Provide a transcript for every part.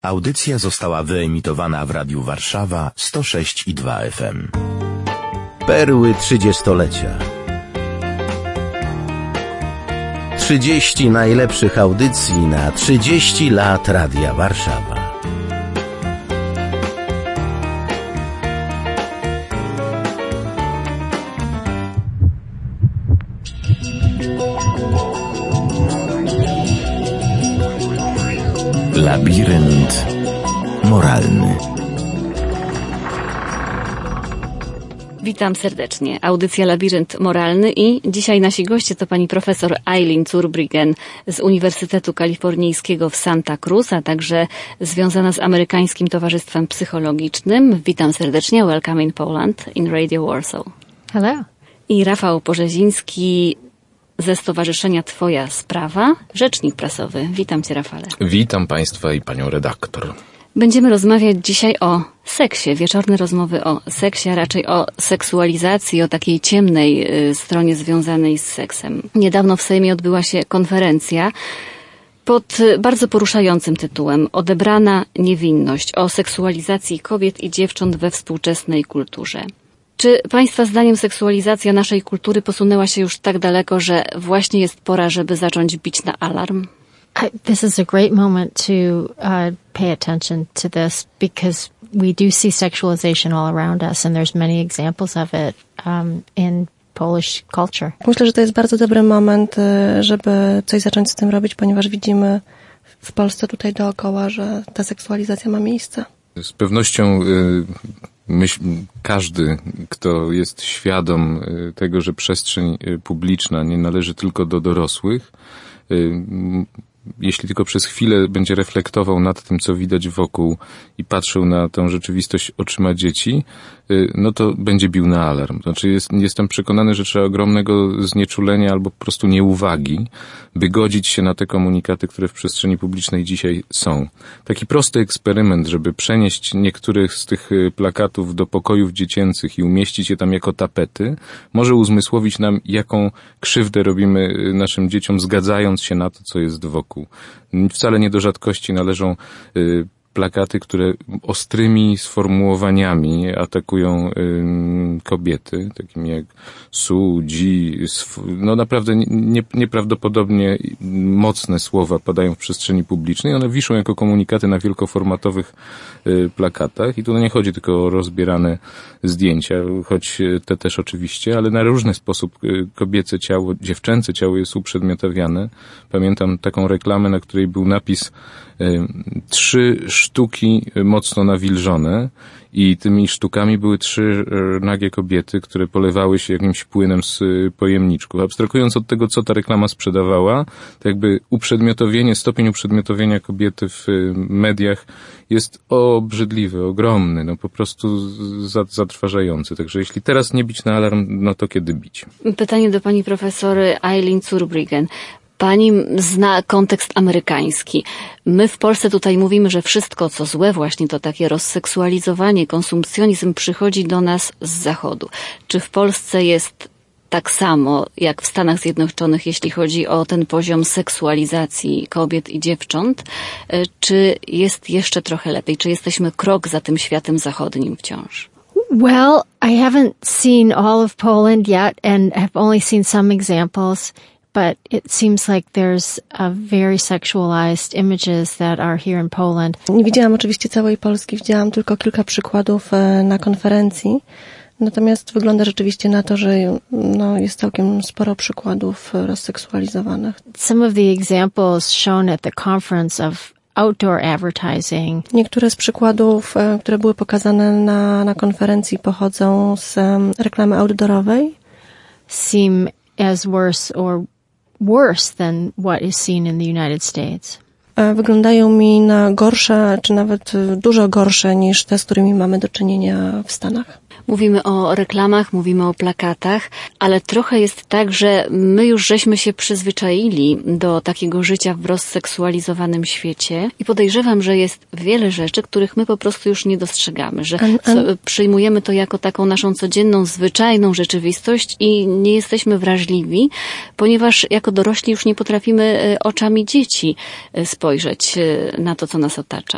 Audycja została wyemitowana w Radiu Warszawa 106,2 FM. Perły 30-lecia. 30 najlepszych audycji na 30 lat Radia Warszawa. Labirynt moralny. Witam serdecznie. Audycja Labirynt Moralny i dzisiaj nasi goście to pani profesor Eileen Zurbriggen z Uniwersytetu Kalifornijskiego w Santa Cruz, a także związana z Amerykańskim Towarzystwem Psychologicznym. Witam serdecznie. Welcome in Poland, in Radio Warsaw. Hello. I Rafał Porzeziński ze Stowarzyszenia Twoja Sprawa, rzecznik prasowy. Witam cię, Rafale. Witam państwa i panią redaktor. Będziemy rozmawiać dzisiaj o seksie, wieczorne rozmowy o seksie, a raczej o seksualizacji, o takiej ciemnej stronie związanej z seksem. Niedawno w Sejmie odbyła się konferencja pod bardzo poruszającym tytułem Odebrana niewinność, o seksualizacji kobiet i dziewcząt we współczesnej kulturze. Czy państwa zdaniem seksualizacja naszej kultury posunęła się już tak daleko, że właśnie jest pora, żeby zacząć bić na alarm? This is a great moment to pay attention to this because we do see sexualization all around us and there's many examples of it in Polish culture. Myślę, że to jest bardzo dobry moment, żeby coś zacząć z tym robić, ponieważ widzimy w Polsce tutaj dookoła, że ta seksualizacja ma miejsce. Z pewnością każdy, kto jest świadom tego, że przestrzeń publiczna nie należy tylko do dorosłych, jeśli tylko przez chwilę będzie reflektował nad tym, co widać wokół i patrzył na tę rzeczywistość oczyma dzieci, no to będzie bił na alarm. Znaczy jestem przekonany, że trzeba ogromnego znieczulenia albo po prostu nieuwagi, by godzić się na te komunikaty, które w przestrzeni publicznej dzisiaj są. Taki prosty eksperyment, żeby przenieść niektórych z tych plakatów do pokojów dziecięcych i umieścić je tam jako tapety, może uzmysłowić nam, jaką krzywdę robimy naszym dzieciom, zgadzając się na to, co jest wokół. Wcale nie do rzadkości należą plakaty, które ostrymi sformułowaniami atakują kobiety, takimi jak su, dzi, no naprawdę nieprawdopodobnie mocne słowa padają w przestrzeni publicznej. One wiszą jako komunikaty na wielkoformatowych plakatach i tu nie chodzi tylko o rozbierane zdjęcia, choć te też oczywiście, ale na różny sposób kobiece ciało, dziewczęce ciało jest uprzedmiotawiane. Pamiętam taką reklamę, na której był napis 3 sztuki mocno nawilżone i tymi sztukami były 3 nagie kobiety, które polewały się jakimś płynem z pojemniczków. Abstrahując od tego, co ta reklama sprzedawała, to jakby stopień uprzedmiotowienia kobiety w mediach jest obrzydliwy, ogromny, no po prostu zatrważający. Także jeśli teraz nie bić na alarm, no to kiedy bić? Pytanie do pani profesor Eileen Zurbriggen. Pani zna kontekst amerykański. My w Polsce tutaj mówimy, że wszystko, co złe, właśnie to takie rozseksualizowanie, konsumpcjonizm przychodzi do nas z Zachodu. Czy w Polsce jest tak samo jak w Stanach Zjednoczonych, jeśli chodzi o ten poziom seksualizacji kobiet i dziewcząt? Czy jest jeszcze trochę lepiej? Czy jesteśmy krok za tym światem zachodnim wciąż? Well, I haven't seen all of Poland yet and have only seen some examples. But it seems like there's a very sexualized images that are here in Poland. Nie widziałam oczywiście całej Polski, widziałam tylko kilka przykładów na konferencji. Natomiast wygląda rzeczywiście na to, że jest całkiem sporo przykładów rozseksualizowanych. Some of the examples shown at the conference of outdoor advertising. Niektóre z przykładów, które były pokazane na konferencji, pochodzą z reklamy outdoorowej. Seem as worse than what is seen in the United States. Wyglądają mi na gorsze, czy nawet dużo gorsze niż te, z którymi mamy do czynienia w Stanach. Mówimy o reklamach, mówimy o plakatach, ale trochę jest tak, że my już żeśmy się przyzwyczaili do takiego życia w rozseksualizowanym świecie i podejrzewam, że jest wiele rzeczy, których my po prostu już nie dostrzegamy, że przyjmujemy to jako taką naszą codzienną, zwyczajną rzeczywistość i nie jesteśmy wrażliwi, ponieważ jako dorośli już nie potrafimy oczami dzieci spojrzeć na to, co nas otacza.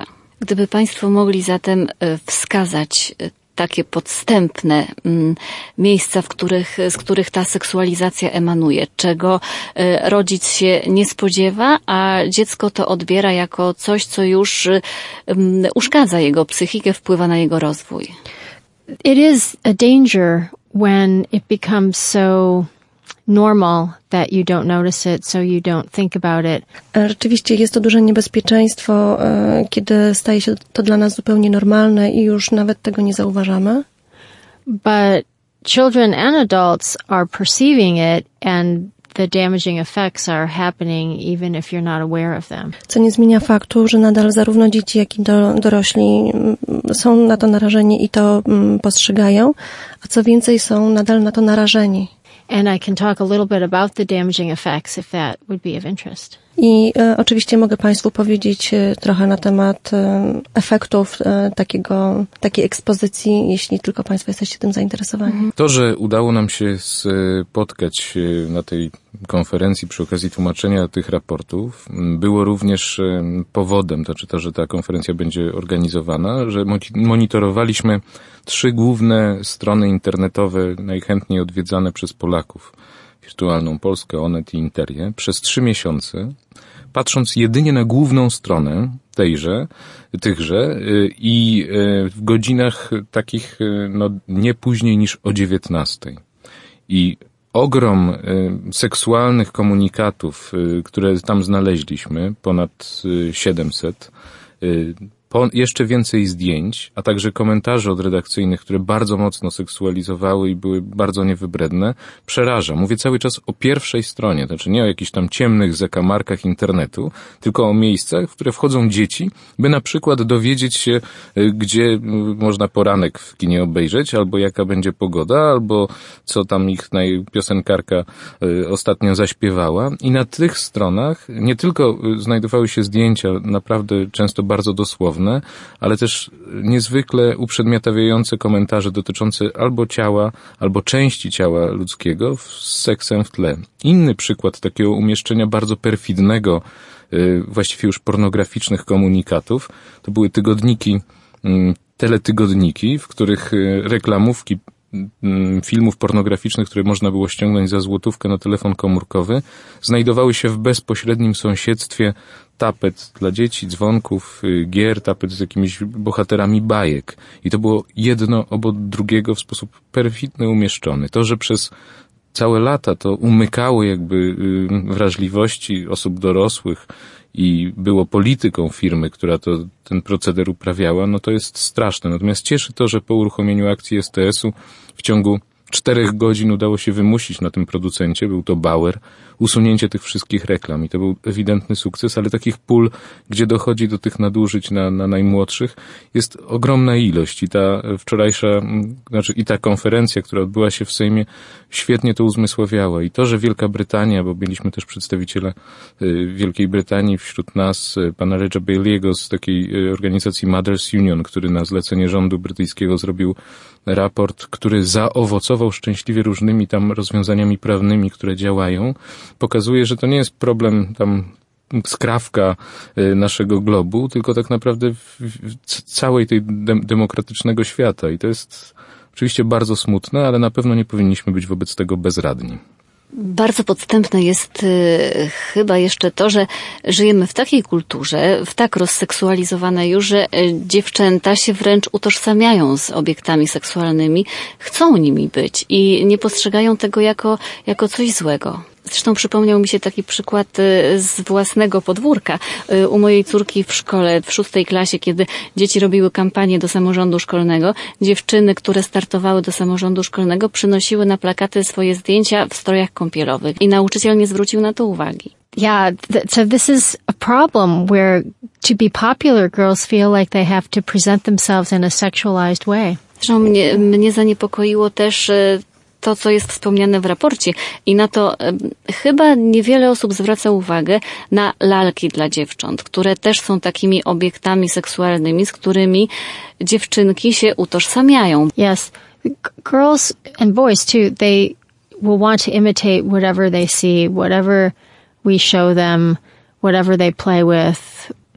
Gdyby Państwo mogli zatem wskazać takie podstępne miejsca, z których ta seksualizacja emanuje, czego rodzic się nie spodziewa, a dziecko to odbiera jako coś, co już uszkadza jego psychikę, wpływa na jego rozwój. It is a danger when it becomes so normal that you don't notice it, so you don't think about it. Rzeczywiście jest to duże niebezpieczeństwo, kiedy staje się to dla nas zupełnie normalne i już nawet tego nie zauważamy. But children and adults are perceiving it, and the damaging effects are happening even if you're not aware of them. Co nie zmienia faktu, że nadal zarówno dzieci, jak i dorośli są na to narażeni i to postrzegają, a co więcej są nadal na to narażeni. And I can talk a little bit about the damaging effects if that would be of interest. I oczywiście mogę Państwu powiedzieć trochę na temat efektów takiej ekspozycji, jeśli tylko Państwo jesteście tym zainteresowani. To, że udało nam się spotkać na tej konferencji przy okazji tłumaczenia tych raportów, było również powodem, to, że ta konferencja będzie organizowana, że monitorowaliśmy 3 główne strony internetowe najchętniej odwiedzane przez Polaków. Wirtualną Polskę, Onet i Interię, przez 3 miesiące, patrząc jedynie na główną stronę tychże i w godzinach takich nie później niż o 19:00. I ogrom seksualnych komunikatów, które tam znaleźliśmy, ponad 700, jeszcze więcej zdjęć, a także komentarzy od redakcyjnych, które bardzo mocno seksualizowały i były bardzo niewybredne, przeraża. Mówię cały czas o pierwszej stronie, znaczy nie o jakichś tam ciemnych zakamarkach internetu, tylko o miejscach, w które wchodzą dzieci, by na przykład dowiedzieć się, gdzie można poranek w kinie obejrzeć, albo jaka będzie pogoda, albo co tam ich piosenkarka ostatnio zaśpiewała. I na tych stronach nie tylko znajdowały się zdjęcia, naprawdę często bardzo dosłowne, ale też niezwykle uprzedmiotawiające komentarze dotyczące albo ciała, albo części ciała ludzkiego z seksem w tle. Inny przykład takiego umieszczenia bardzo perfidnego, właściwie już pornograficznych komunikatów, to były teletygodniki, w których reklamówki filmów pornograficznych, które można było ściągnąć za złotówkę na telefon komórkowy, znajdowały się w bezpośrednim sąsiedztwie tapet dla dzieci, dzwonków, gier, tapet z jakimiś bohaterami bajek. I to było jedno obok drugiego w sposób perfidny umieszczony. To, że przez całe lata to umykało jakby wrażliwości osób dorosłych i było polityką firmy, która ten proceder uprawiała, no to jest straszne. Natomiast cieszy to, że po uruchomieniu akcji STS-u w ciągu 4 godzin udało się wymusić na tym producencie, był to Bauer, usunięcie tych wszystkich reklam i to był ewidentny sukces, ale takich pól, gdzie dochodzi do tych nadużyć na najmłodszych, jest ogromna ilość i ta wczorajsza, i ta konferencja, która odbyła się w Sejmie, świetnie to uzmysławiała. I to, że Wielka Brytania, bo mieliśmy też przedstawiciela Wielkiej Brytanii wśród nas, pana Regia Bailey'ego z takiej organizacji Mothers Union, który na zlecenie rządu brytyjskiego zrobił raport, który zaowocował szczęśliwie różnymi tam rozwiązaniami prawnymi, które działają, pokazuje, że to nie jest problem tam skrawka naszego globu, tylko tak naprawdę całej tej demokratycznego świata. I to jest oczywiście bardzo smutne, ale na pewno nie powinniśmy być wobec tego bezradni. Bardzo podstępne jest chyba jeszcze to, że żyjemy w takiej kulturze, w tak rozseksualizowanej już, że dziewczęta się wręcz utożsamiają z obiektami seksualnymi, chcą nimi być i nie postrzegają tego jako coś złego. Zresztą przypomniał mi się taki przykład z własnego podwórka. U mojej córki w szkole, w 6. klasie, kiedy dzieci robiły kampanię do samorządu szkolnego, dziewczyny, które startowały do samorządu szkolnego, przynosiły na plakaty swoje zdjęcia w strojach kąpielowych i nauczyciel nie zwrócił na to uwagi. Yeah, so this is a problem where to be popular, girls feel like they have to present themselves in a sexualized way. Zresztą mnie zaniepokoiło też to, co jest wspomniane w raporcie i na to chyba niewiele osób zwraca uwagę na lalki dla dziewcząt, które też są takimi obiektami seksualnymi, z którymi dziewczynki się utożsamiają. Yes, girls and boys too, they will want to imitate whatever they see, whatever we show them, whatever they play with.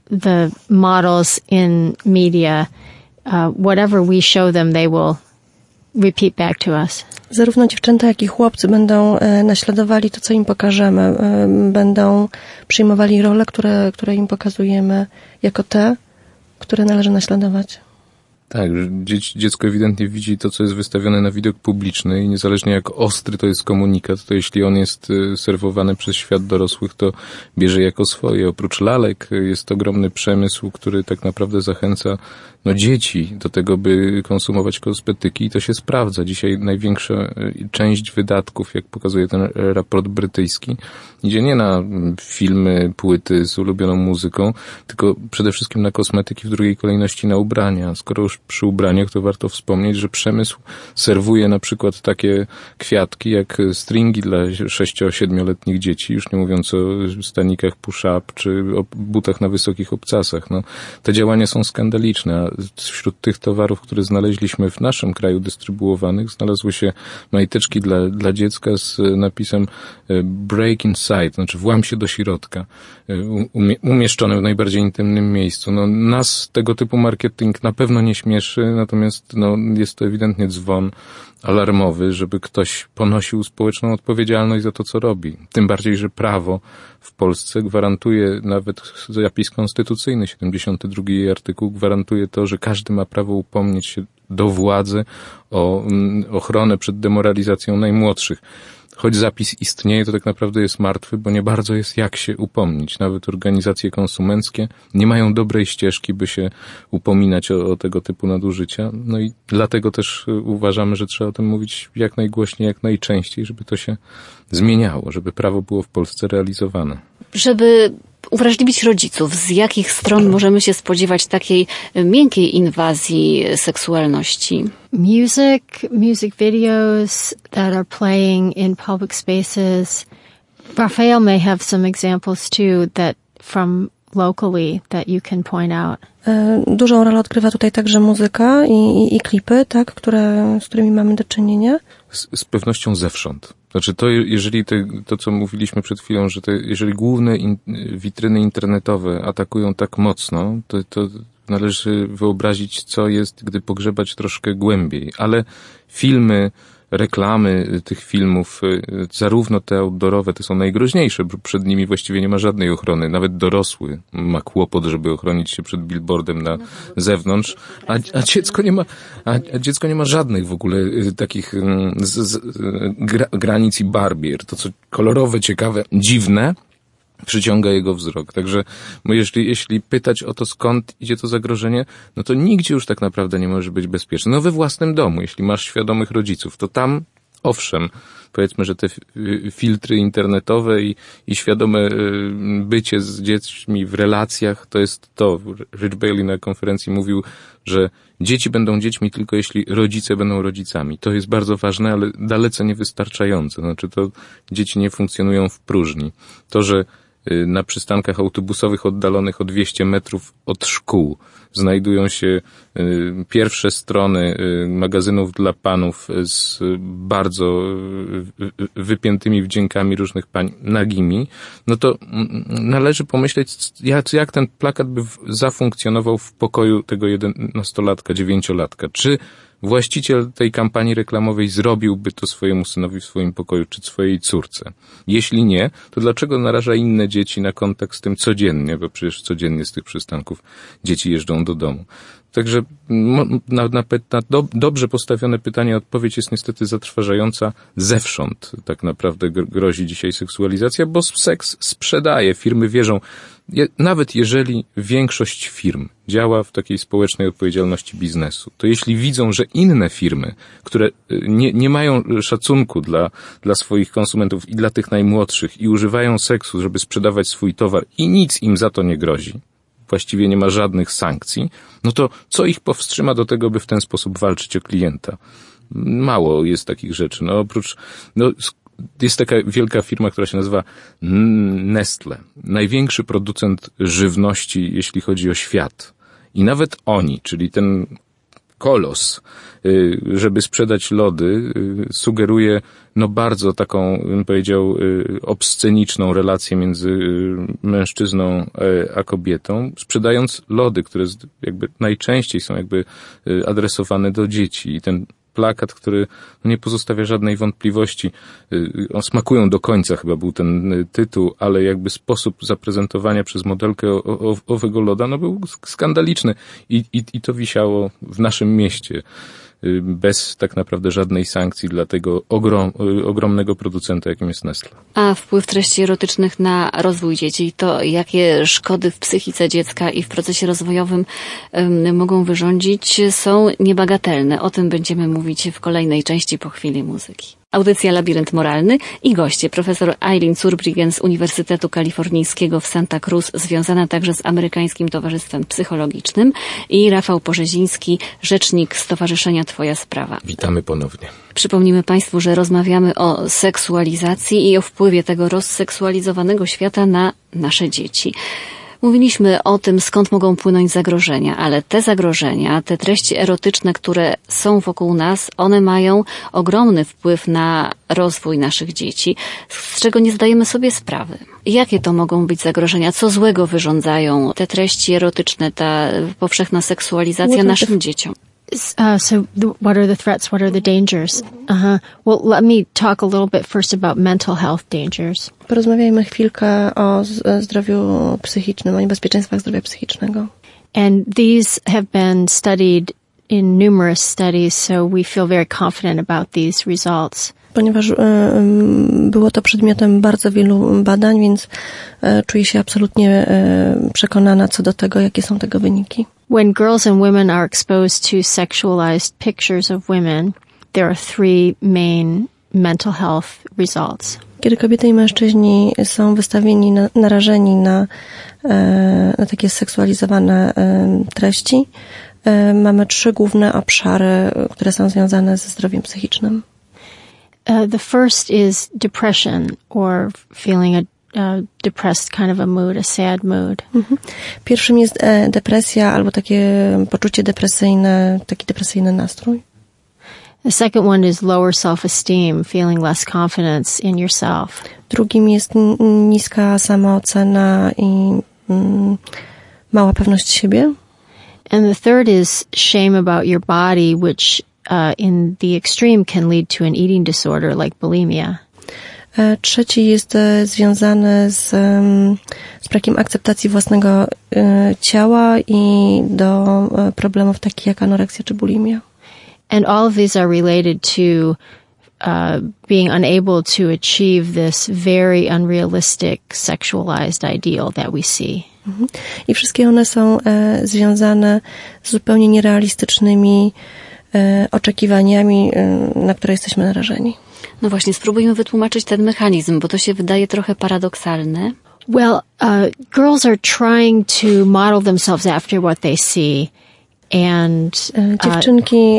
the models in media, whatever we show them, they will repeat back to us. Zarówno dziewczęta, jak i chłopcy będą naśladowali to, co im pokażemy. Będą przyjmowali role, które im pokazujemy jako te, które należy naśladować. Tak, dziecko ewidentnie widzi to, co jest wystawione na widok publiczny i niezależnie jak ostry to jest komunikat, to jeśli on jest serwowany przez świat dorosłych, to bierze jako swoje. Oprócz lalek jest ogromny przemysł, który tak naprawdę zachęca dzieci do tego, by konsumować kosmetyki i to się sprawdza. Dzisiaj największa część wydatków, jak pokazuje ten raport brytyjski, idzie nie na filmy, płyty z ulubioną muzyką, tylko przede wszystkim na kosmetyki, w drugiej kolejności na ubrania. Skoro już przy ubraniach, to warto wspomnieć, że przemysł serwuje na przykład takie kwiatki jak stringi dla 6-7-letnich dzieci, już nie mówiąc o stanikach push-up czy o butach na wysokich obcasach. Te działania są skandaliczne, a wśród tych towarów, które znaleźliśmy w naszym kraju dystrybuowanych, znalazły się majteczki dla dziecka z napisem break inside, znaczy włam się do środka, umieszczone w najbardziej intymnym miejscu. Nas tego typu marketing na pewno nie śmieszy, natomiast jest to ewidentnie dzwon alarmowy, żeby ktoś ponosił społeczną odpowiedzialność za to, co robi. Tym bardziej, że prawo w Polsce gwarantuje, nawet zapis konstytucyjny, 72 artykuł, gwarantuje to, że każdy ma prawo upomnieć się do władzy o ochronę przed demoralizacją najmłodszych. Choć zapis istnieje, to tak naprawdę jest martwy, bo nie bardzo jest jak się upomnieć. Nawet organizacje konsumenckie nie mają dobrej ścieżki, by się upominać o tego typu nadużycia. I dlatego też uważamy, że trzeba o tym mówić jak najgłośniej, jak najczęściej, żeby to się zmieniało, żeby prawo było w Polsce realizowane. Żeby uwrażliwić rodziców, z jakich stron możemy się spodziewać takiej miękkiej inwazji seksualności? Music videos that are playing in public spaces. Raphael may have some examples too that from locally that you can point out. Dużą rolę odgrywa tutaj także muzyka i klipy, tak, z którymi mamy do czynienia. Z pewnością zewsząd. Znaczy to, jeżeli to, co mówiliśmy przed chwilą, że jeżeli główne witryny internetowe atakują tak mocno, to należy wyobrazić, co jest, gdy pogrzebać troszkę głębiej. Ale filmy, reklamy tych filmów, zarówno te outdoorowe, te są najgroźniejsze, bo przed nimi właściwie nie ma żadnej ochrony. Nawet dorosły ma kłopot, żeby ochronić się przed billboardem na zewnątrz, a dziecko nie ma żadnych w ogóle takich granic i barier. To, co kolorowe, ciekawe, dziwne, przyciąga jego wzrok. Także jeśli pytać o to, skąd idzie to zagrożenie, to nigdzie już tak naprawdę nie może być bezpieczne. We własnym domu, jeśli masz świadomych rodziców, to tam, owszem, powiedzmy, że te filtry internetowe i świadome bycie z dziećmi w relacjach, to jest to. Rich Bailey na konferencji mówił, że dzieci będą dziećmi tylko jeśli rodzice będą rodzicami. To jest bardzo ważne, ale dalece niewystarczające. Znaczy to dzieci nie funkcjonują w próżni. To, że na przystankach autobusowych oddalonych o 200 metrów od szkół znajdują się pierwsze strony magazynów dla panów z bardzo wypiętymi wdziękami różnych pań nagimi, to należy pomyśleć, jak ten plakat by zafunkcjonował w pokoju tego 11-latka, 9-latka. Czy właściciel tej kampanii reklamowej zrobiłby to swojemu synowi w swoim pokoju, czy swojej córce? Jeśli nie, to dlaczego naraża inne dzieci na kontakt z tym codziennie, bo przecież codziennie z tych przystanków dzieci jeżdżą do domu. Także na dobrze postawione pytanie odpowiedź jest niestety zatrważająca. Zewsząd tak naprawdę grozi dzisiaj seksualizacja, bo seks sprzedaje. Firmy wierzą, nawet jeżeli większość firm działa w takiej społecznej odpowiedzialności biznesu, to jeśli widzą, że inne firmy, które nie mają szacunku dla swoich konsumentów i dla tych najmłodszych i używają seksu, żeby sprzedawać swój towar i nic im za to nie grozi, właściwie nie ma żadnych sankcji, to co ich powstrzyma do tego, by w ten sposób walczyć o klienta? Mało jest takich rzeczy. Jest taka wielka firma, która się nazywa Nestle. Największy producent żywności, jeśli chodzi o świat. I nawet oni, czyli ten kolos, żeby sprzedać lody, sugeruje bardzo taką, bym powiedział, obsceniczną relację między mężczyzną a kobietą, sprzedając lody, które jakby najczęściej są jakby adresowane do dzieci. I ten plakat, który nie pozostawia żadnej wątpliwości. Smakują do końca, chyba był ten tytuł, ale jakby sposób zaprezentowania przez modelkę owego loda był skandaliczny. I to wisiało w naszym mieście bez tak naprawdę żadnej sankcji dla tego ogromnego producenta, jakim jest Nestle. A wpływ treści erotycznych na rozwój dzieci, to jakie szkody w psychice dziecka i w procesie rozwojowym mogą wyrządzić, są niebagatelne. O tym będziemy mówić w kolejnej części po chwili muzyki. Audycja Labirynt Moralny i goście profesor Eileen Zurbriggen z Uniwersytetu Kalifornijskiego w Santa Cruz, związana także z Amerykańskim Towarzystwem Psychologicznym, i Rafał Porzeziński, rzecznik Stowarzyszenia Twoja Sprawa. Witamy ponownie. Przypomnimy Państwu, że rozmawiamy o seksualizacji i o wpływie tego rozseksualizowanego świata na nasze dzieci. Mówiliśmy o tym, skąd mogą płynąć zagrożenia, ale te zagrożenia, te treści erotyczne, które są wokół nas, one mają ogromny wpływ na rozwój naszych dzieci, z czego nie zdajemy sobie sprawy. Jakie to mogą być zagrożenia? Co złego wyrządzają te treści erotyczne, ta powszechna seksualizacja naszym dzieciom? What are the threats? What are the dangers? Well, let me talk a little bit first about mental health dangers. Porozmawiajmy chwilkę o zdrowiu psychicznym, o niebezpieczeństwach zdrowia psychicznego. And these have been studied in numerous studies, so we feel very confident about these results. Ponieważ było to przedmiotem bardzo wielu badań, więc czuję się absolutnie przekonana co do tego, jakie są tego wyniki. When girls and women are exposed to sexualized pictures of women, there are three main mental health results. Kiedy kobiety i mężczyźni są wystawieni, narażeni na takie seksualizowane treści, mamy trzy główne obszary, które są związane ze zdrowiem psychicznym. The first is depression, or feeling a depressed kind of a mood, a sad mood. Pierwszym jest depresja albo takie poczucie depresyjne, taki depresyjny nastrój. The second one is lower self-esteem, feeling less confidence in yourself. Drugim jest niska samoocena i mała pewność siebie. And the third is shame about your body, which in the extreme can lead to an eating disorder like bulimia. Trzeci jest związany z brakiem akceptacji własnego ciała i do problemów takich jak anoreksja czy bulimia. And all of these are related to being unable to achieve this very unrealistic sexualized ideal that we see. I wszystkie one są związane z zupełnie nierealistycznymi oczekiwaniami, na które jesteśmy narażeni. No właśnie, spróbujmy wytłumaczyć ten mechanizm, bo to się wydaje trochę paradoksalne. Well, girls are trying to model themselves after what they see, and dziewczynki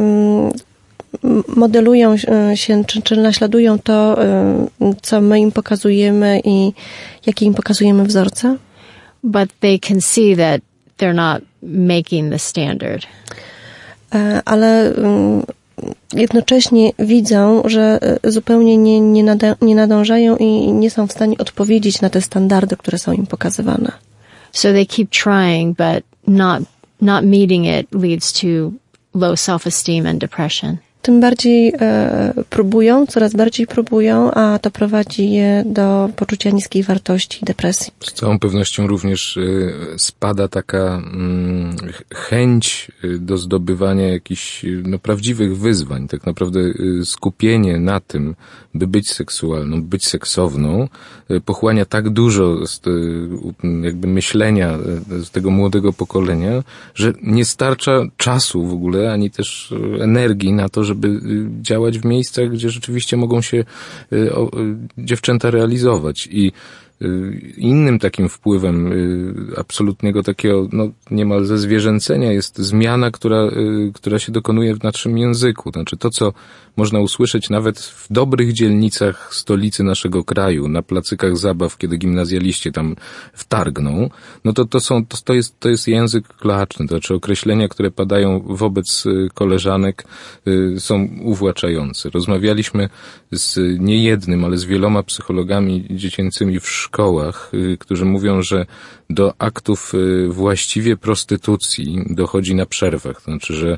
modelują się, czy naśladują to, co my im pokazujemy i jakie im pokazujemy wzorce. But they can see that they're not making the standard. Ale jednocześnie widzą, że zupełnie nie nadążają i nie są w stanie odpowiedzieć na te standardy, które są im pokazywane. So they keep trying, but not meeting it leads to low self-esteem and depression. Tym bardziej coraz bardziej próbują, a to prowadzi je do poczucia niskiej wartości i depresji. Z całą pewnością również spada taka chęć do zdobywania jakichś prawdziwych wyzwań. Tak naprawdę skupienie na tym, by być seksualną, być seksowną, pochłania tak dużo jakby myślenia z tego młodego pokolenia, że nie starcza czasu w ogóle, ani też energii na to, żeby działać w miejscach, gdzie rzeczywiście mogą się dziewczęta realizować. I Innym takim wpływem absolutnego takiego, no, niemal zezwierzęcenia jest zmiana, która się dokonuje w naszym języku. Znaczy to, co można usłyszeć nawet w dobrych dzielnicach stolicy naszego kraju, na placykach zabaw, kiedy gimnazjaliści tam wtargną, no to jest język kloaczny. To znaczy określenia, które padają wobec koleżanek, są uwłaczające. Rozmawialiśmy z niejednym, ale z wieloma psychologami dziecięcymi w szkołach, którzy mówią, że do aktów właściwie prostytucji dochodzi na przerwach. To znaczy, że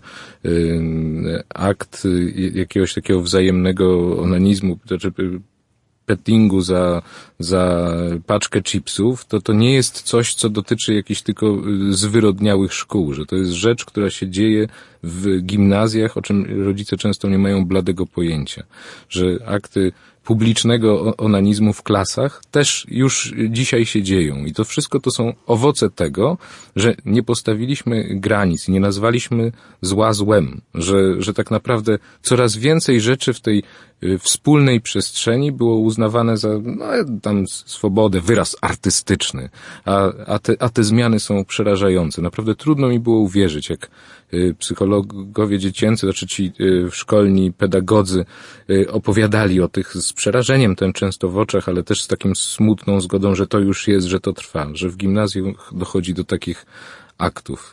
akt jakiegoś takiego wzajemnego onanizmu, znaczy pettingu za paczkę chipsów, to nie jest coś, co dotyczy jakichś tylko zwyrodniałych szkół, że to jest rzecz, która się dzieje w gimnazjach, o czym rodzice często nie mają bladego pojęcia, że akty publicznego onanizmu w klasach też już dzisiaj się dzieją. I to wszystko to są owoce tego, że nie postawiliśmy granic, nie nazwaliśmy zła złem, że tak naprawdę coraz więcej rzeczy w tej wspólnej przestrzeni było uznawane za tam swobodę, wyraz artystyczny, a te zmiany są przerażające. Naprawdę trudno mi było uwierzyć, jak psychologowie dziecięcy, znaczy ci szkolni pedagodzy opowiadali o tych z przerażeniem ten często w oczach, ale też z takim smutną zgodą, że to już jest, że to trwa, że w gimnazjum dochodzi do takich aktów.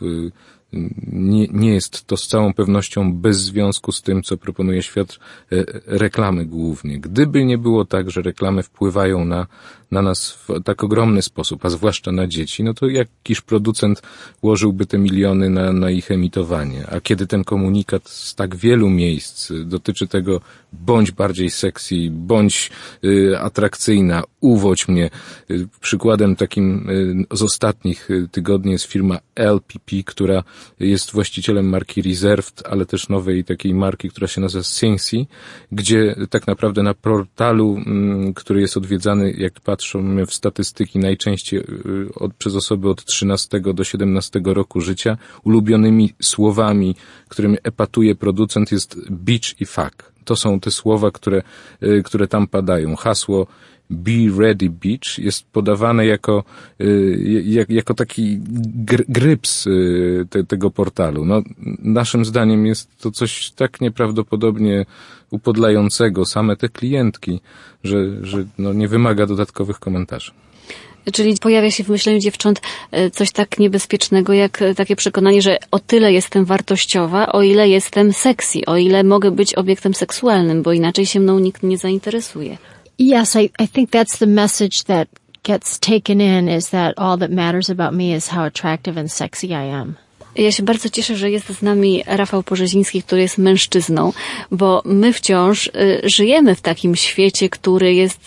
Nie jest to z całą pewnością bez związku z tym, co proponuje świat reklamy głównie. Gdyby nie było tak, że reklamy wpływają na nas w tak ogromny sposób, a zwłaszcza na dzieci, no to jakiż producent łożyłby te miliony na ich emitowanie? A kiedy ten komunikat z tak wielu miejsc dotyczy tego, bądź bardziej sexy, bądź atrakcyjna, uwodź mnie. Przykładem takim z ostatnich tygodni jest firma LPP, która jest właścicielem marki Reserved, ale też nowej takiej marki, która się nazywa Cincy, gdzie tak naprawdę na portalu, który jest odwiedzany, jak patrzymy w statystyki, najczęściej przez osoby od 13 do 17 roku życia, ulubionymi słowami, którymi epatuje producent, jest bitch i fuck. To są te słowa, które tam padają. Hasło Be Ready Bitch jest podawane jako taki gryps tego portalu. No, naszym zdaniem jest to coś tak nieprawdopodobnie upodlającego, same te klientki, że nie wymaga dodatkowych komentarzy. Czyli pojawia się w myśleniu dziewcząt coś tak niebezpiecznego, jak takie przekonanie, że o tyle jestem wartościowa, o ile jestem sexy, o ile mogę być obiektem seksualnym, bo inaczej się mną nikt nie zainteresuje. Yes, I think that's the message that gets taken in, is that all that matters about me is how attractive and sexy I am. Ja się bardzo cieszę, że jest z nami Rafał Porzeziński, który jest mężczyzną, bo my wciąż żyjemy w takim świecie, który jest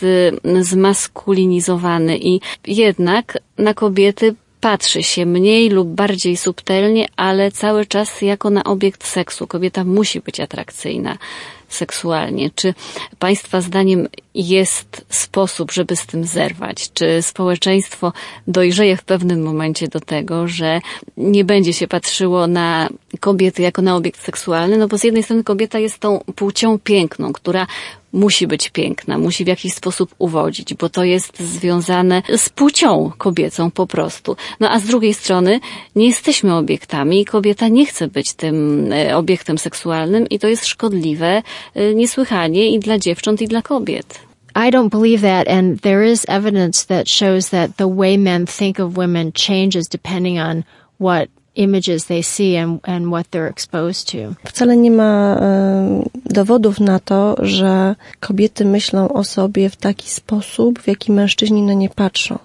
zmaskulinizowany i jednak na kobiety patrzy się mniej lub bardziej subtelnie, ale cały czas jako na obiekt seksu. Kobieta musi być atrakcyjna seksualnie. Czy Państwa zdaniem jest sposób, żeby z tym zerwać? Czy społeczeństwo dojrzeje w pewnym momencie do tego, że nie będzie się patrzyło na kobiety jako na obiekt seksualny? No bo z jednej strony kobieta jest tą płcią piękną, która musi być piękna, musi w jakiś sposób uwodzić, bo to jest związane z płcią kobiecą po prostu. No a z drugiej strony nie jesteśmy obiektami i kobieta nie chce być tym obiektem seksualnym i to jest szkodliwe niesłychanie i dla dziewcząt, i dla kobiet. I don't believe that, and there is evidence that shows that the way men think of women changes depending on what images they see and what they're exposed to. Wcale nie ma dowodów na to, że kobiety myślą o sobie w taki sposób, w jaki mężczyźni na nie patrzą.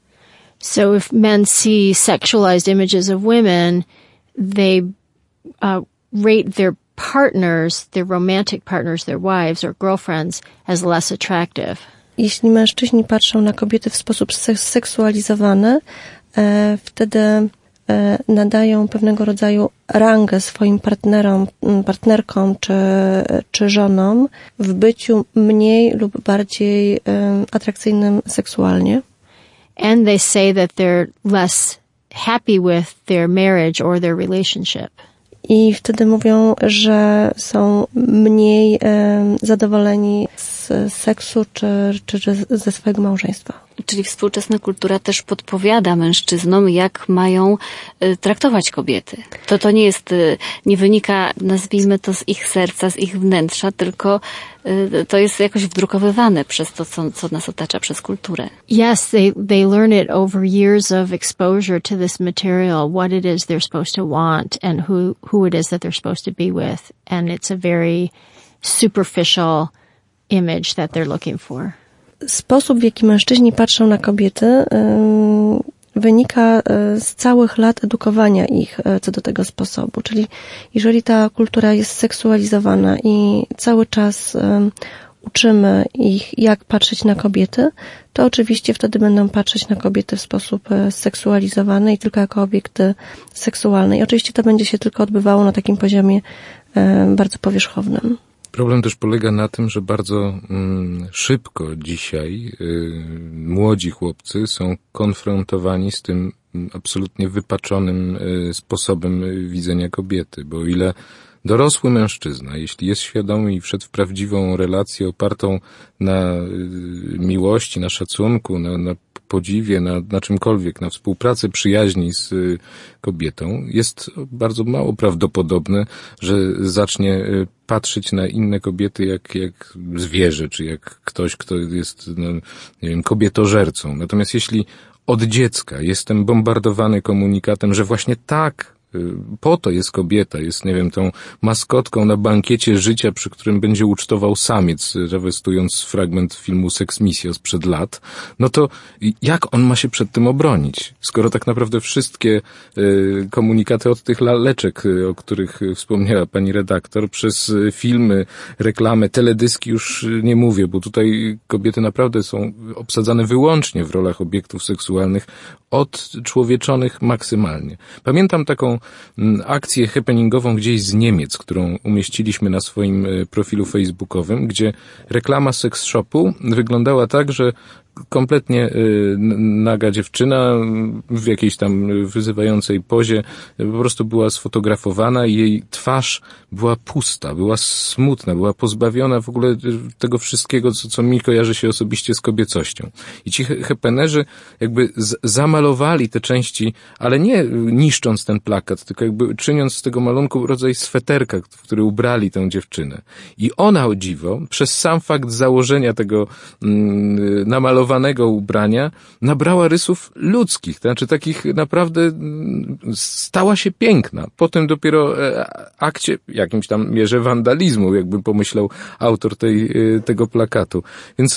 So if men see sexualized images of women, they rate their partners, their romantic partners, their wives or girlfriends as less attractive. Jeśli mężczyźni patrzą na kobiety w sposób seksualizowany, wtedy nadają pewnego rodzaju rangę swoim partnerkom czy żonom w byciu mniej lub bardziej atrakcyjnym seksualnie. And they say that they're less happy with their marriage or their relationship. I wtedy mówią, że są mniej zadowoleni z seksu czy ze swojego małżeństwa. Czyli współczesna kultura też podpowiada mężczyznom, jak mają traktować kobiety. To nie jest, nie wynika, nazwijmy to, z ich serca, z ich wnętrza, tylko to jest jakoś wdrukowywane przez to, co nas otacza, przez kulturę. Yes, they learn it over years of exposure to this material, what it is they're supposed to want and who it is that they're supposed to be with. And it's a very superficial image that they're looking for. Sposób, w jaki mężczyźni patrzą na kobiety, wynika z całych lat edukowania ich co do tego sposobu. Czyli jeżeli ta kultura jest seksualizowana i cały czas uczymy ich, jak patrzeć na kobiety, to oczywiście wtedy będą patrzeć na kobiety w sposób seksualizowany i tylko jako obiekty seksualne. I oczywiście to będzie się tylko odbywało na takim poziomie bardzo powierzchownym. Problem też polega na tym, że bardzo szybko dzisiaj młodzi chłopcy są konfrontowani z tym absolutnie wypaczonym sposobem widzenia kobiety, bo o ile dorosły mężczyzna, jeśli jest świadomy i wszedł w prawdziwą relację opartą na miłości, na szacunku, na podziwie, na czymkolwiek, na współpracy, przyjaźni z kobietą, jest bardzo mało prawdopodobne, że zacznie patrzeć na inne kobiety jak zwierzę, czy jak ktoś, kto jest, nie wiem, kobietożercą. Natomiast jeśli od dziecka jestem bombardowany komunikatem, że właśnie tak, po to jest kobieta, jest, nie wiem, tą maskotką na bankiecie życia, przy którym będzie ucztował samiec, rewestując fragment filmu Sex Missia sprzed lat, no to jak on ma się przed tym obronić? Skoro tak naprawdę wszystkie komunikaty od tych laleczek, o których wspomniała pani redaktor, przez filmy, reklamy, teledyski już nie mówię, bo tutaj kobiety naprawdę są obsadzane wyłącznie w rolach obiektów seksualnych, odczłowieczonych maksymalnie. Pamiętam taką akcję happeningową gdzieś z Niemiec, którą umieściliśmy na swoim profilu facebookowym, gdzie reklama seks shopu wyglądała tak, że kompletnie naga dziewczyna w jakiejś tam wyzywającej pozie po prostu była sfotografowana i jej twarz była pusta, była smutna, była pozbawiona w ogóle tego wszystkiego, co mi kojarzy się osobiście z kobiecością. I ci happenerzy jakby zamalowali te części, ale nie niszcząc ten plakat, tylko jakby czyniąc z tego malunku rodzaj sweterka, w który ubrali tę dziewczynę. I ona, o dziwo, przez sam fakt założenia tego namalowanego ubrania nabrała rysów ludzkich, to znaczy takich naprawdę stała się piękna. Potem dopiero akcie, jakimś tam mierze wandalizmu, jakby pomyślał autor tego plakatu. Więc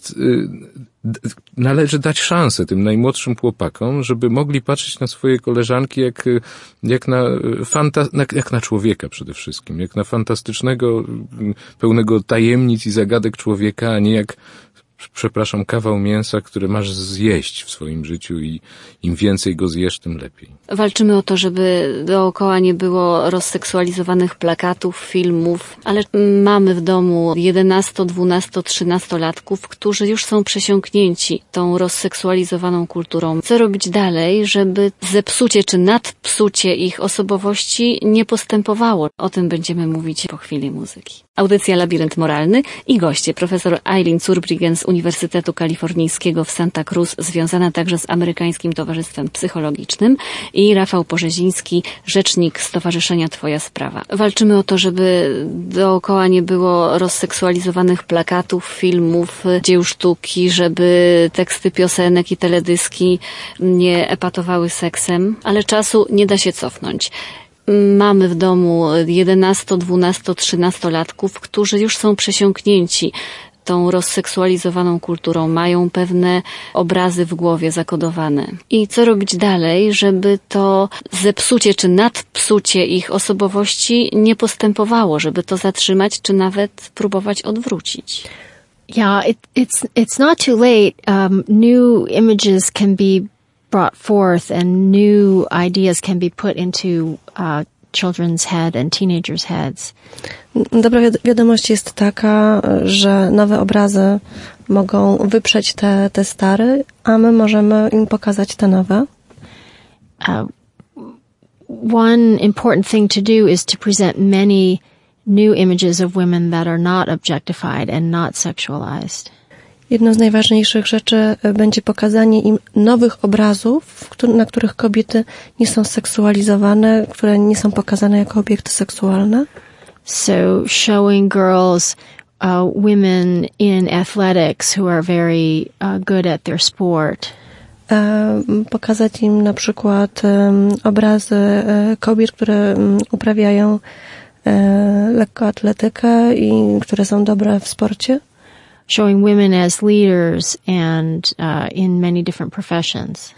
należy dać szansę tym najmłodszym chłopakom, żeby mogli patrzeć na swoje koleżanki jak na człowieka przede wszystkim, jak na fantastycznego, pełnego tajemnic i zagadek człowieka, a nie jak, przepraszam, kawał mięsa, który masz zjeść w swoim życiu i im więcej go zjesz, tym lepiej. Walczymy o to, żeby dookoła nie było rozseksualizowanych plakatów, filmów, ale mamy w domu 11, 12, 13-latków, którzy już są przesiąknięci tą rozseksualizowaną kulturą. Co robić dalej, żeby zepsucie czy nadpsucie ich osobowości nie postępowało? O tym będziemy mówić po chwili muzyki. Audycja Labirynt Moralny i goście profesor Eileen Zurbriggen z Uniwersytetu Kalifornijskiego w Santa Cruz, związana także z Amerykańskim Towarzystwem Psychologicznym, i Rafał Porzeziński, rzecznik Stowarzyszenia Twoja Sprawa. Walczymy o to, żeby dookoła nie było rozseksualizowanych plakatów, filmów, dzieł sztuki, żeby teksty piosenek i teledyski nie epatowały seksem, ale czasu nie da się cofnąć. Mamy w domu 11, 12, 13-latków, którzy już są przesiąknięci tą rozseksualizowaną kulturą, mają pewne obrazy w głowie zakodowane. I co robić dalej, żeby to zepsucie czy nadpsucie ich osobowości nie postępowało, żeby to zatrzymać, czy nawet próbować odwrócić? Yeah, it's not too late. New images can be brought forth and new ideas can be put into children's head and teenagers' heads. Dobra wiadomość jest taka, że nowe obrazy mogą wyprzeć te stare, a my możemy im pokazać te nowe. One important thing to do is to present many new images of women that are not objectified and not sexualized. Jedną z najważniejszych rzeczy będzie pokazanie im nowych obrazów, na których kobiety nie są seksualizowane, które nie są pokazane jako obiekty seksualne. So showing girls, women in athletics who are very good at their sport. Pokazać im na przykład obrazy kobiet, które uprawiają lekkoatletykę i które są dobre w sporcie. Showing women as leaders and in many different professions.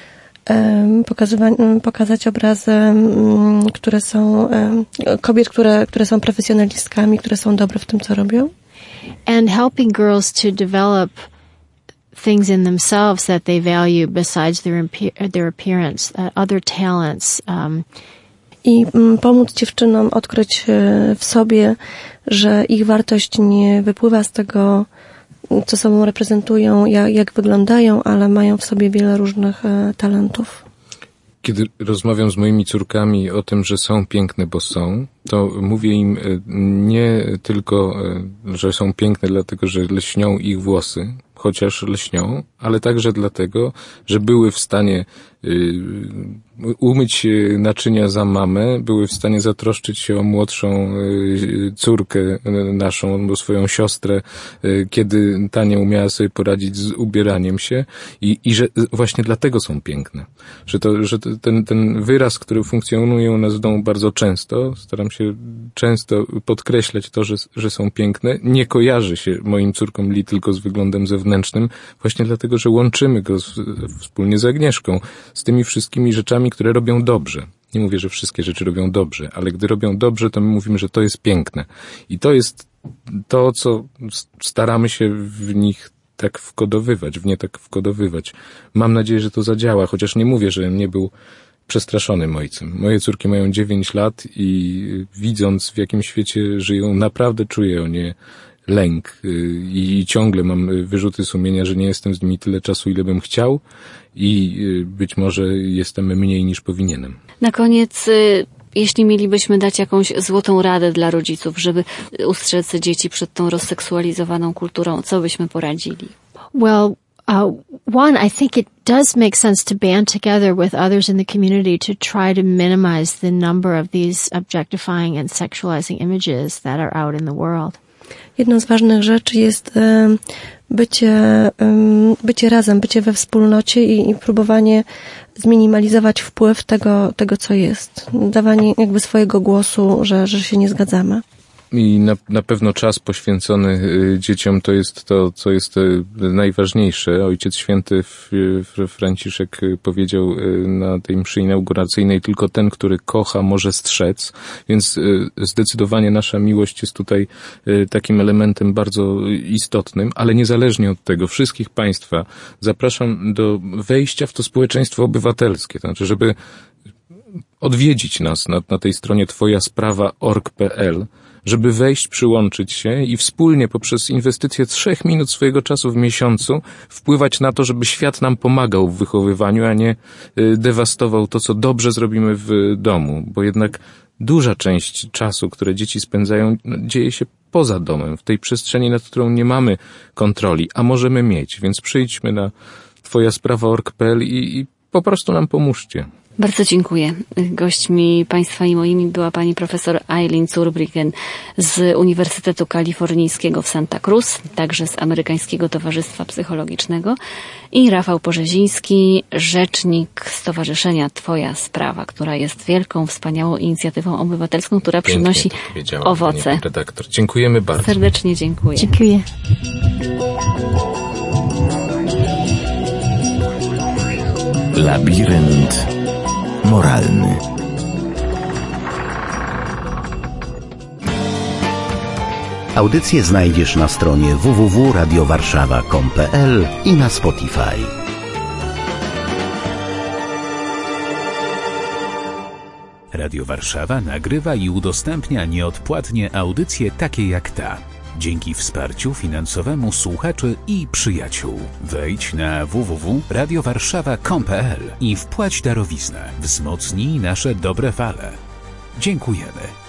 Pokazać obrazy, które są kobiet, które są profesjonalistkami, które są dobre w tym, co robią. And helping girls to develop things in themselves that they value besides their appearance, other talents. I pomóc dziewczynom odkryć w sobie, że ich wartość nie wypływa z tego, co sobą reprezentują, jak wyglądają, ale mają w sobie wiele różnych talentów. Kiedy rozmawiam z moimi córkami o tym, że są piękne, bo są, to mówię im nie tylko, że są piękne dlatego, że lśnią ich włosy, chociaż lśnią, ale także dlatego, że były w stanie umyć naczynia za mamę, były w stanie zatroszczyć się o młodszą córkę naszą, bo swoją siostrę, kiedy ta nie umiała sobie poradzić z ubieraniem się i że właśnie dlatego są piękne. Że ten wyraz, który funkcjonuje u nas w domu bardzo często, staram się często podkreślać to, że są piękne, nie kojarzy się moim córkom Li tylko z wyglądem zewnętrznym, właśnie dlatego, że łączymy go wspólnie z Agnieszką, z tymi wszystkimi rzeczami, które robią dobrze. Nie mówię, że wszystkie rzeczy robią dobrze, ale gdy robią dobrze, to my mówimy, że to jest piękne. I to jest to, co staramy się w nich tak wkodowywać, w nie tak wkodowywać. Mam nadzieję, że to zadziała, chociaż nie mówię, że nie był przestraszonym ojcem. Moje córki mają 9 lat i widząc, w jakim świecie żyją, naprawdę czuję o nie lęk i ciągle mam wyrzuty sumienia, że nie jestem z nimi tyle czasu, ile bym chciał i być może jestem mniej niż powinienem. Na koniec, jeśli mielibyśmy dać jakąś złotą radę dla rodziców, żeby ustrzec dzieci przed tą rozseksualizowaną kulturą, co byśmy poradzili? Well, one, I think it does make sense to band together with others in the community to try to minimize the number of these objectifying and sexualizing images that are out in the world. Jedną z ważnych rzeczy jest bycie razem, bycie we wspólnocie i próbowanie zminimalizować wpływ tego, co jest. Dawanie jakby swojego głosu, że się nie zgadzamy. I na pewno czas poświęcony dzieciom to jest to, co jest najważniejsze. Ojciec Święty Franciszek powiedział na tej mszy inauguracyjnej, tylko ten, który kocha, może strzec, więc zdecydowanie nasza miłość jest tutaj takim elementem bardzo istotnym, ale niezależnie od tego, wszystkich Państwa zapraszam do wejścia w to społeczeństwo obywatelskie, to znaczy, żeby odwiedzić nas na tej stronie twojasprawa.org.pl, żeby wejść, przyłączyć się i wspólnie poprzez inwestycję 3 minut swojego czasu w miesiącu wpływać na to, żeby świat nam pomagał w wychowywaniu, a nie dewastował to, co dobrze zrobimy w domu, bo jednak duża część czasu, które dzieci spędzają, dzieje się poza domem, w tej przestrzeni, nad którą nie mamy kontroli, a możemy mieć, więc przyjdźmy na twojasprawa.org.pl i po prostu nam pomóżcie. Bardzo dziękuję. Gośćmi Państwa i moimi była pani profesor Eileen Zurbriggen z Uniwersytetu Kalifornijskiego w Santa Cruz, także z Amerykańskiego Towarzystwa Psychologicznego i Rafał Porzeziński, rzecznik Stowarzyszenia Twoja Sprawa, która jest wielką, wspaniałą inicjatywą obywatelską, która przynosi owoce. Pani redaktor. Dziękujemy bardzo. Serdecznie dziękuję. Dziękuję. Labirynt moralny. Audycję znajdziesz na stronie www.radiowarszawa.com.pl i na Spotify. Radio Warszawa nagrywa i udostępnia nieodpłatnie audycje takie jak ta. Dzięki wsparciu finansowemu słuchaczy i przyjaciół. Wejdź na www.radiowarszawa.com.pl i wpłać darowiznę. Wzmocnij nasze dobre fale. Dziękujemy.